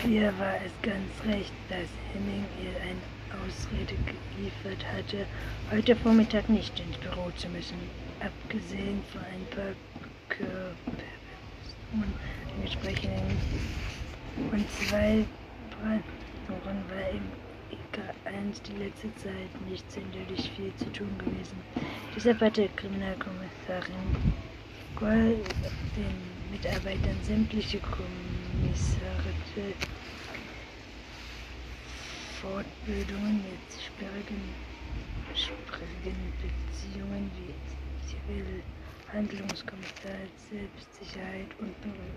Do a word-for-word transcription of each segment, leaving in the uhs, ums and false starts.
Pia war es ganz recht, dass Henning ihr eine Ausrede geliefert hatte, heute Vormittag nicht ins Büro zu müssen. Abgesehen von ein paar Körperbeweisungen, den entsprechenden und zwei Brandnummern war im E K eins die letzte Zeit nicht sonderlich viel zu tun gewesen. Deshalb hatte Kriminalkommissarin Goll den Mitarbeitern sämtliche Kommissariate Fortbildungen mit sperrigen, sperrigen Beziehungen wie Zivil, Handlungskommissar, Selbstsicherheit und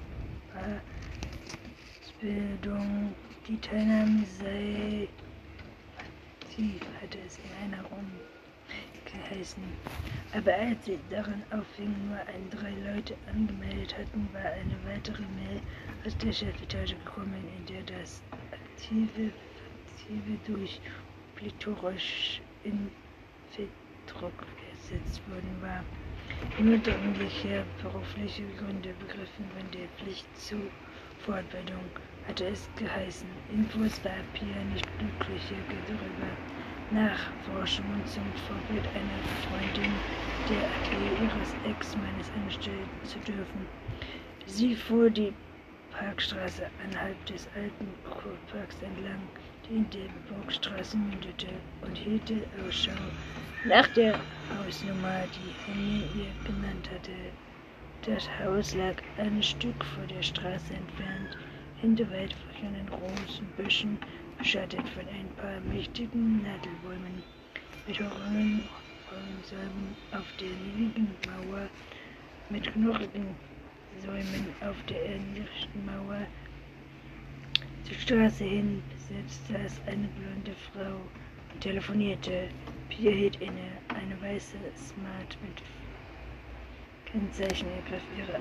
Berufsbildung. Die Teilnahme sei aktiv, hatte es in einer Runde geheißen. Aber als sie daran aufhing, nur ein drei Leute angemeldet hatten, war eine weitere Mail aus der Chefetage gekommen, in der das aktive Faktive durch obligatorisch in Fetdruck gesetzt worden war. Nur dringliche berufliche Gründe begriffen von der Pflicht zur Fortbildung, hatte es geheißen. Infos war Pia nicht glücklicher darüber, Nachforschungen zum Vorbild einer Freundin der Atelier ihres Ex-Mannes anstellen zu dürfen. Sie fuhr die Parkstraße anhalb des alten Kurparks entlang, die in der Burgstraße mündete, und hielt Ausschau nach der Hausnummer, die Henning ihr genannt hatte. Das Haus lag ein Stück vor der Straße entfernt, hinter weit fächernden großen Büschen, beschattet von ein paar mächtigen Nadelbäumen, mit hohen Säumen auf der niedrigen Mauer, mit knorrigen Säumen auf der ähnlichen Mauer. Zur Straße hin besetzt saß eine blonde Frau und telefonierte. Pia hielt inne. Eine weiße Smart mit Kennzeichen ergriff ihre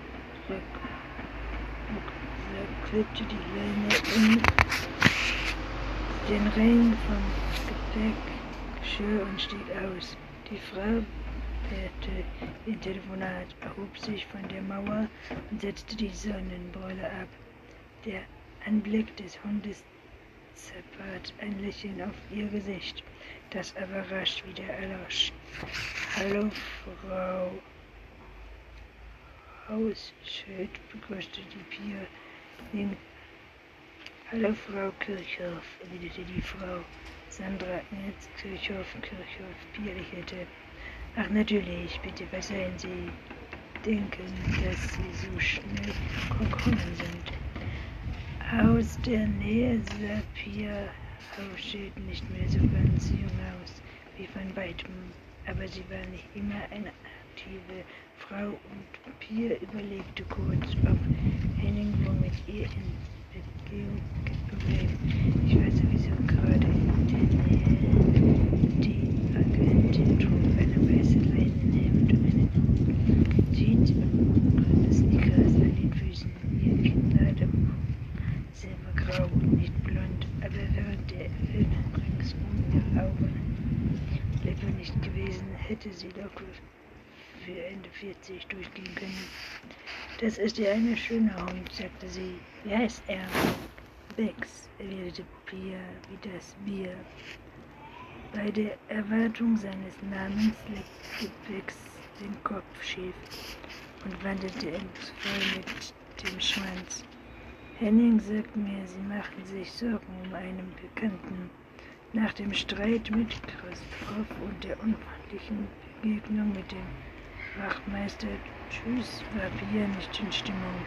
Rucksack, klebte die Leine um den Ring vom Gepäckgeschirr und stieg aus. Die Frau hörte ihr Telefonat, erhob sich von der Mauer und setzte die Sonnenbrille ab. Der Anblick des Hundes zerbrach ein Lächeln auf ihr Gesicht, das aber rasch wieder erlosch. »Hallo, Frau Hausschild«, begrüßte die Pia. »Hallo, Frau Kirchhoff«, erwiderte die Frau Sandra Nitz. Kirchhoff, Kirchhoff, Pia lächelte. »Ach, natürlich, bitte verzeihen Sie, denken, dass Sie so schnell gekommen sind.« Aus der Nähe sah Pia Hausschild nicht mehr so ganz jung aus wie von weitem, aber sie war nicht immer eine aktive Frau, und Pia überlegte kurz, ob Henning wohl mit ihr in Beziehung blieb. Ich war sowieso gerade in der Nähe. Die Agentin trug eine weiße Leinenhemd und eine Jeans und grüne Sneakers an den Füßen. Ihr Kinnlade silbergrau und nicht blond, aber während der Erfüllung rings um ihre Augenlippe nicht gewesen, hätte sie locker für Ende vierzig durchgehen können. »Das ist ja ein schöner Hund«, sagte sie. »Wie heißt er?« »Bex«, erwiderte Pia wie das Bier. Bei der Erwartung seines Namens legte Bex den Kopf schief und wandelte ängstvoll mit dem Schwanz. »Henning sagt mir, Sie machen sich Sorgen um einen Bekannten. Nach dem Streit mit Christoph und der unfreundlichen Begegnung mit dem Wachtmeister Tschüss war Pia nicht in Stimmung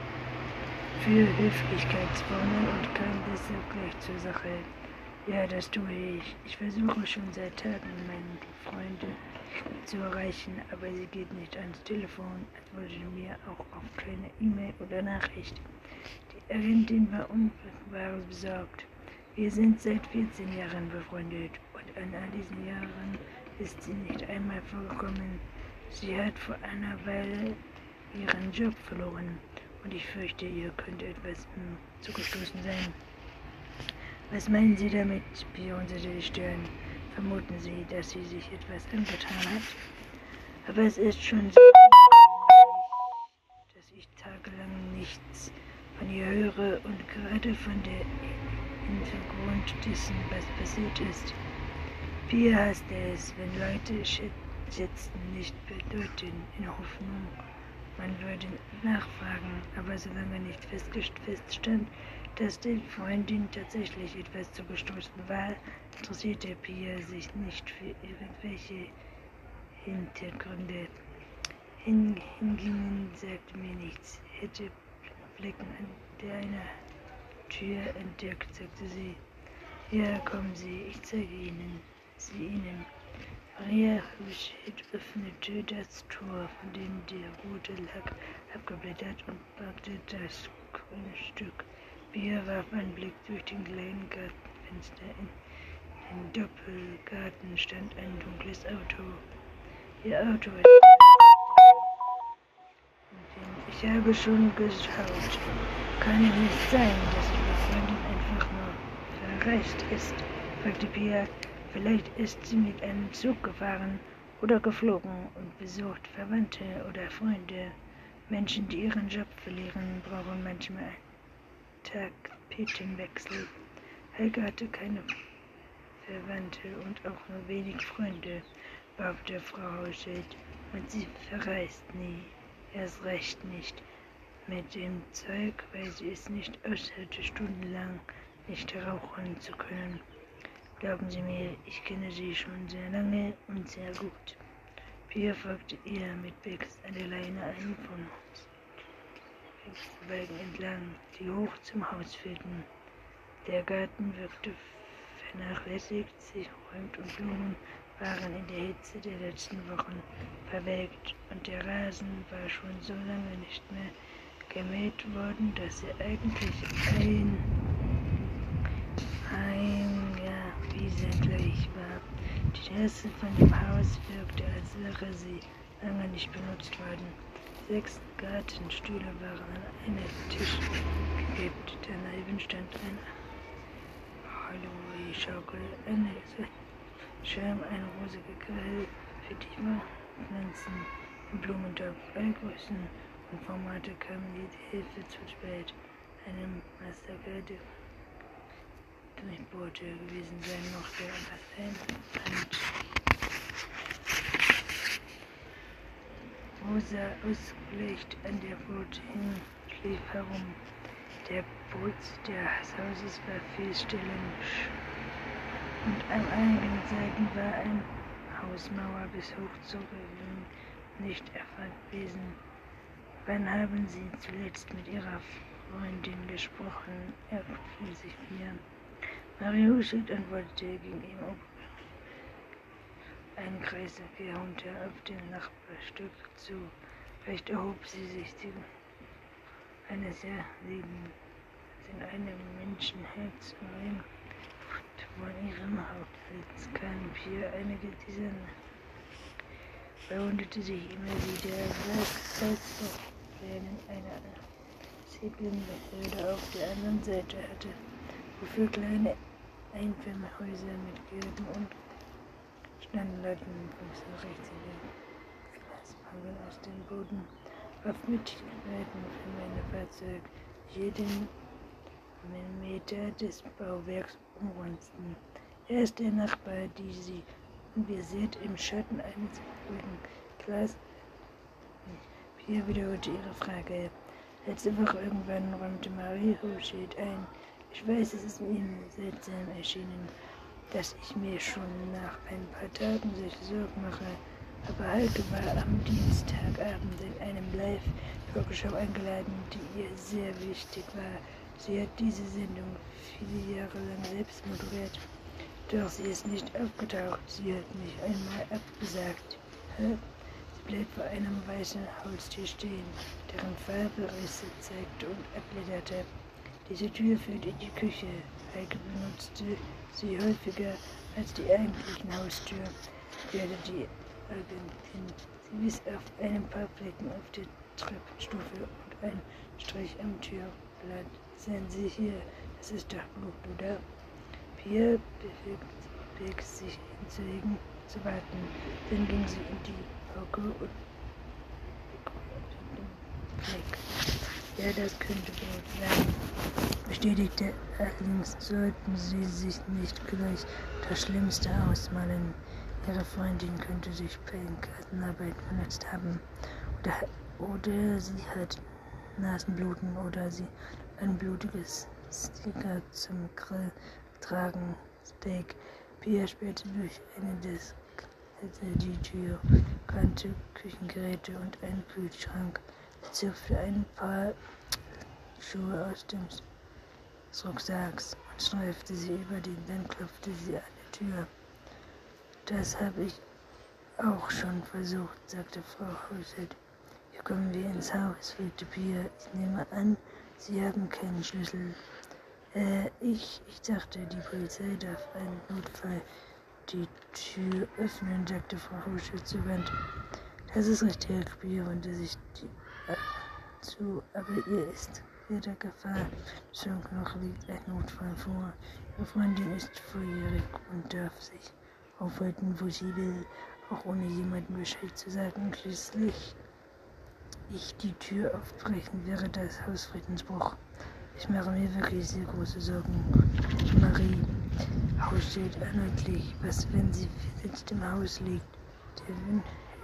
für Höflichkeitsformeln und kam deshalb gleich zur Sache. »Ja, das tue ich. Ich versuche schon seit Tagen, meine Freunde zu erreichen, aber sie geht nicht ans Telefon, antwortete mir auch auf keine E-Mail oder Nachricht. Die Agentin war unfassbar besorgt. Wir sind seit vierzehn Jahren befreundet und an all diesen Jahren ist sie nicht einmal vorgekommen. Sie hat vor einer Weile ihren Job verloren und ich fürchte, ihr könnte etwas hm, zugestoßen sein.« »Was meinen Sie damit?« piaunerte die Stirn. »Vermuten Sie, dass sie sich etwas angetan hat? Aber es ist schon so, dass ich tagelang nichts von ihr höre und gerade von der Hintergrund dessen, was passiert ist. Pia hasst es, wenn Leute schätzen nicht bedeuten, in Hoffnung, man würde nachfragen, aber solange nicht feststand, dass der Freundin tatsächlich etwas zugestoßen war, interessierte Pia sich nicht für irgendwelche Hintergründe. Hin, hingingen sagte mir nichts, hätte Flecken an der einer Tür entdeckt, sagte sie. Ja, kommen Sie, ich zeige Ihnen, sie Ihnen. Maria Hüschet öffnete das Tor, von dem der rote Lack abgeblättert und packte das Grundstück. Pia warf einen Blick durch den kleinen Gartenfenster. In den Doppelgarten stand ein dunkles Auto. Ihr Auto ist... Ich habe schon geschaut. Kann es nicht sein, dass Ihre Freundin einfach nur verreist ist? Fragte Pia. Vielleicht ist sie mit einem Zug gefahren oder geflogen und besucht Verwandte oder Freunde. Menschen, die ihren Job verlieren, brauchen manchmal einen Tapetenwechsel. Helga hatte keine Verwandte und auch nur wenig Freunde, behauptete Frau Hauschelt, und sie verreist nie. Erst recht nicht mit dem Zeug, weil sie es nicht aushalte, stundenlang nicht rauchen zu können. Glauben Sie mir, ich kenne Sie schon sehr lange und sehr gut. Pia folgte ihr mit Becks an der Leine einen von Holzbalken entlang, die hoch zum Haus führten. Der Garten wirkte vernachlässigt, sich räumt und Blumen waren in der Hitze der letzten Wochen verwelkt und der Rasen war schon so lange nicht mehr gemäht worden, dass er eigentlich ein, ein ja, Wiese gleich war. Die Terrasse von dem Haus wirkte, als wäre sie lange nicht benutzt worden. Sechs Gartenstühle waren an einen Tisch gekippt, daneben stand ein Halloween-Schaukel, eine Schirm, ein rosiger Grill für die Pflanzen im Blumentopf. Alle Größen und Formate kamen die Hilfe zu spät. Einem Massaker, der durchbohrte gewesen sein mochte, was ein Hand. Rosa ausgelegt an der Brot hing, schlief herum. Der Putz des Hauses war vielstellend und an einigen Seiten war eine Hausmauer bis hoch zur Reling nicht erfasst gewesen. Wann haben Sie zuletzt mit Ihrer Freundin gesprochen? Erfiel sich mir. Maria Huschelt antwortete, ging ihm um einen Kreis herunter auf dem Nachbarstück zu. Vielleicht erhob sie sich eines ja liegen in einem Menschenherz umringt von ihrem Haupthals kam Pia einige dieser verwundete sich immer wieder, was das Plänen einer Ziegelbehörde auf der anderen Seite hatte, wofür kleine Einfamilienhäuser mit Gärten und Standleuten Fuß rechts in den Glasmangel aus dem Boden auf Möglichkeiten für mein Fahrzeug jeden Millimeter des Bauwerks umrunzten. Er ist der Nachbar, die sie unversehrt im Schatten eines ruhigen Glas. Pia wiederholte ihre Frage. Letzte Woche irgendwann räumte Marie Huschelt ein. Ich weiß, es ist Ihnen seltsam erschienen, dass ich mir schon nach ein paar Tagen solche Sorgen mache. Aber Heike war am Dienstagabend in einem Live-Talkshow eingeladen, die ihr sehr wichtig war. Sie hat diese Sendung viele Jahre lang selbst moderiert, doch sie ist nicht aufgetaucht. Sie hat mich einmal abgesagt. Sie blieb vor einem weißen Holztier stehen, deren Farbe Risse zeigte und abblätterte. Diese Tür führte in die Küche. Heike benutzte sie häufiger als die eigentlichen Haustür. Werde die Agentin. Sie wies auf ein paar Flecken auf der Treppenstufe und ein Strich am Türblatt. Sehen Sie hier, das ist doch Blut, oder? Pia bewegte sich hinzulegen, zu warten. Dann ging sie in die Hocke und begrüßte den Fleck. Ja, das könnte gut sein, bestätigte. Allerdings sollten Sie sich nicht gleich das Schlimmste ausmalen. Ihre Freundin könnte sich bei Gartenarbeit verletzt haben. Oder, oder sie hat Nasenbluten oder sie ein blutiges Sticker zum Grill getragen. Steak. Pia sperrte durch eine des die Tür, kannte Küchengeräte und einen Kühlschrank. Sie zupfte ein paar Schuhe aus dem Rucksacks und streifte sie über den, dann klopfte sie an der Tür. Das habe ich auch schon versucht, sagte Frau Hauset. Hier kommen wir ins Haus, fragte Pia. Ich nehme an, Sie haben keinen Schlüssel. Äh, ich, ich dachte, die Polizei darf einen Notfall die Tür öffnen, sagte Frau Hauset zugewandt. Das ist richtig, Pia wandte sich die, äh, zu, aber ihr ist weder Gefahr, schon noch liegt ein Notfall vor. Ihre Freundin ist volljährig und darf sich aufhalten, wo sie will, auch ohne jemandem Bescheid zu sagen. Schließlich ich die Tür aufbrechen, wäre das Hausfriedensbruch. Ich mache mir wirklich sehr große Sorgen. Marie Hauset erneutlich, was, wenn sie verletzt im Haus liegt? Der Wind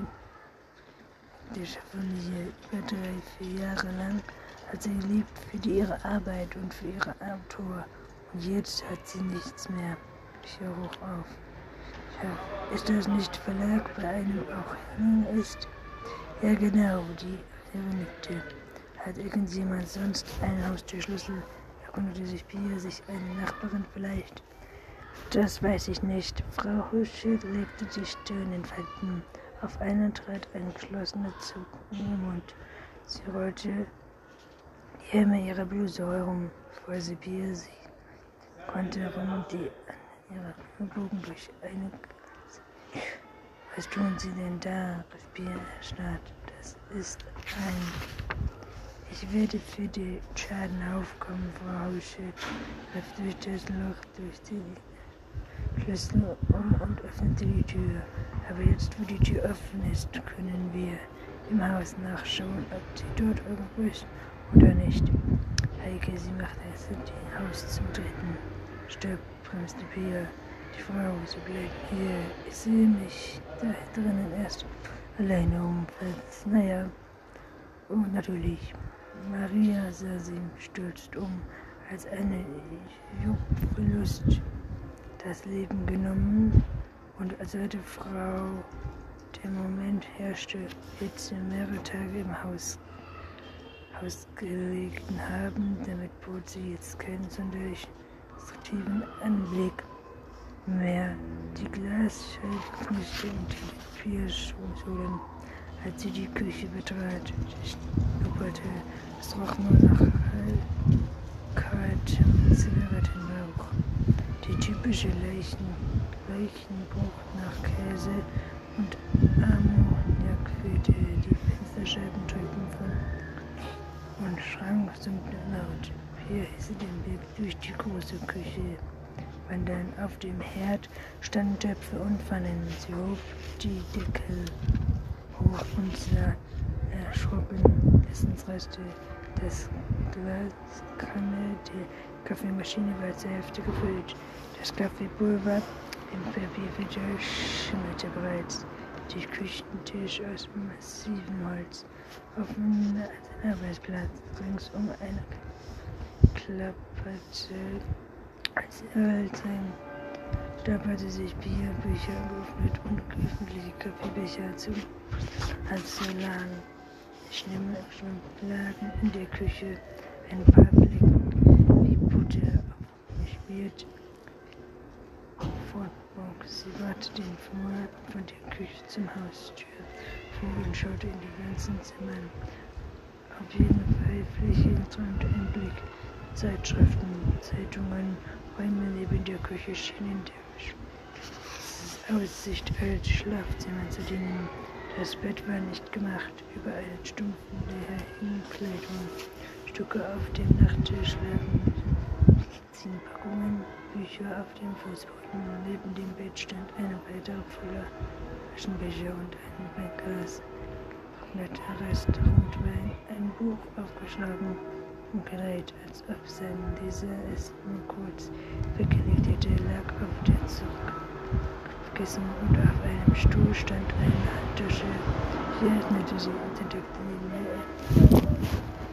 der Familie über drei, vier Jahre lang hat sie geliebt für die, ihre Arbeit und für ihre Abenteuer. Und jetzt hat sie nichts mehr. Ich höre hoch auf. Ja, ist das nicht Verlag bei einem auch Henning ist? Ja genau, die Herrin nickte. Hat irgendjemand sonst einen Haustürschlüssel? Erkundigte sich Pia, sich eine Nachbarin vielleicht? Das weiß ich nicht. Frau Hauset legte die Stirn in Falten. Auf einmal trat ein geschlossener Zug in den Mund. Sie rollte die Hemme ihrer Bluse herum, bevor sie Pia sie konnte herum und die an ihrer Knie bogen durch eine. Was tun Sie denn da? Rief Pia erstarrt. Das ist ein. Ich werde für den Schaden aufkommen, Frau Hauset. Griff durch das Loch durch die Schlüssel um und öffnete die Tür. Aber jetzt, wo die Tür offen ist, können wir im Haus nachschauen, ob sie dort irgendwo ist oder nicht. Heike, sie macht es in das Haus zum Dritten. Stopp, bremste Pia. Die Frau, sie bleibt hier. Ich sehe mich da drinnen erst alleine um. Naja, oh, natürlich. Maria sah sie stürzt um, als eine Jugendverlust das Leben genommen und als hatte Frau der Moment herrschte, Hitze mehrere Tage im Haus, Haus gelegen haben, damit bot sie jetzt keinen sonderlich destruktiven Anblick mehr. Die Glasscheibe knirschte unter den vier Schuhsohlen, als sie die Küche betrat. Sie schnupperte, es roch nur nach kaltem Zigarettenrauch. Die typische Leichen, Leichengeruch nach Käse und Ammoniak füllte die Fensterscheiben drüben von und Schrank summte laut. Pia hieß den Weg durch die große Küche wandern. Auf dem Herd standen Töpfe und Pfannen. Sie hob die Deckel hoch und sah erschrocken Essensreste. Das Glaskanne der Kaffeemaschine war zur Hälfte gefüllt. Das Kaffeepulver im Papierfilter schimmerte bereits. Der Küchentisch aus massivem Holz. Offen als ein Arbeitsplatz. Ringsum eine klapperte, als Hölzern staperte sich Bier, Bücher geöffnet und öffentliche Kaffeebecher zu. Als so lagen Schlimme lagen in der Küche ein paar Flecken wie Butter aufgeschmiert. Fortbog, sie wartete den Flur von der Küche zum Haustür vor und schaute in die ganzen Zimmern. Auf jeden Fall Fläche träumte ein Blick. Zeitschriften, Zeitungen, Räume neben der Küche schienen der Aussicht als Schlafzimmer zu dienen. Das Bett war nicht gemacht. Überall stumpfen leer hingen Kleidung. Stücke auf dem Nachttisch lagen Medizinpackungen, Bücher auf dem Fußboden. Neben dem Bett stand eine weitere voller Aschenbecher und ein Weinglas. Blätter, Rest Rotwein, ein Buch aufgeschlagen und gereiht, als ob sein Leser es nur kurz weggelegt hätte, lag auf der Zurückkissen und auf einem Stuhl stand eine Handtasche. Sie öffnete sie und entdeckte neben ihr